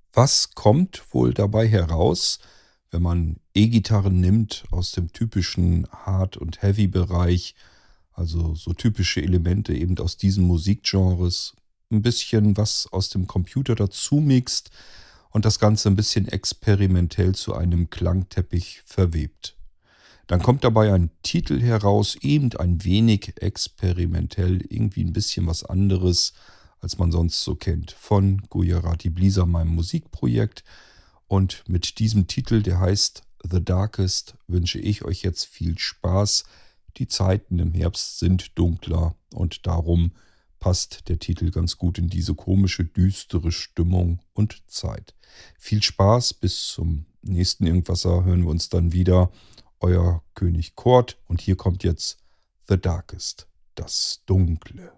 Was kommt wohl dabei heraus, wenn man E-Gitarren nimmt aus dem typischen Hard- und Heavy-Bereich, also so typische Elemente eben aus diesen Musikgenres, ein bisschen was aus dem Computer dazu mixt und das Ganze ein bisschen experimentell zu einem Klangteppich verwebt. Dann kommt dabei ein Titel heraus, eben ein wenig experimentell, irgendwie ein bisschen was anderes, als man sonst so kennt, von Gujarati Blisa, meinem Musikprojekt. Und mit diesem Titel, der heißt The Darkest, wünsche ich euch jetzt viel Spaß. Die Zeiten im Herbst sind dunkler und darum passt der Titel ganz gut in diese komische, düstere Stimmung und Zeit. Viel Spaß, bis zum nächsten Irgendwasser hören wir uns dann wieder. Euer König Kort und hier kommt jetzt The Darkest, das Dunkle.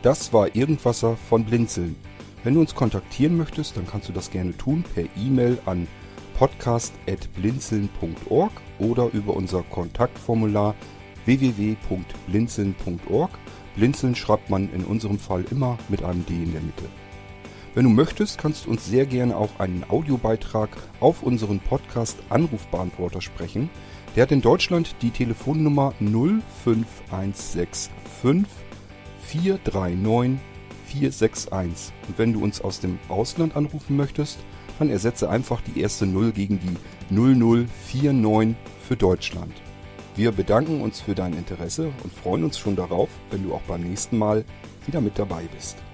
Das war Irgendwasser von Blinzeln. Wenn du uns kontaktieren möchtest, dann kannst du das gerne tun per E-Mail an podcast@blinzeln.org oder über unser Kontaktformular www.blinzeln.org. Blinzeln schreibt man in unserem Fall immer mit einem D in der Mitte. Wenn du möchtest, kannst du uns sehr gerne auch einen Audiobeitrag auf unseren Podcast-Anrufbeantworter sprechen. Der hat in Deutschland die Telefonnummer 05165 439 461. Und wenn du uns aus dem Ausland anrufen möchtest, dann ersetze einfach die erste 0 gegen die 0049 für Deutschland. Wir bedanken uns für dein Interesse und freuen uns schon darauf, wenn du auch beim nächsten Mal wieder mit dabei bist.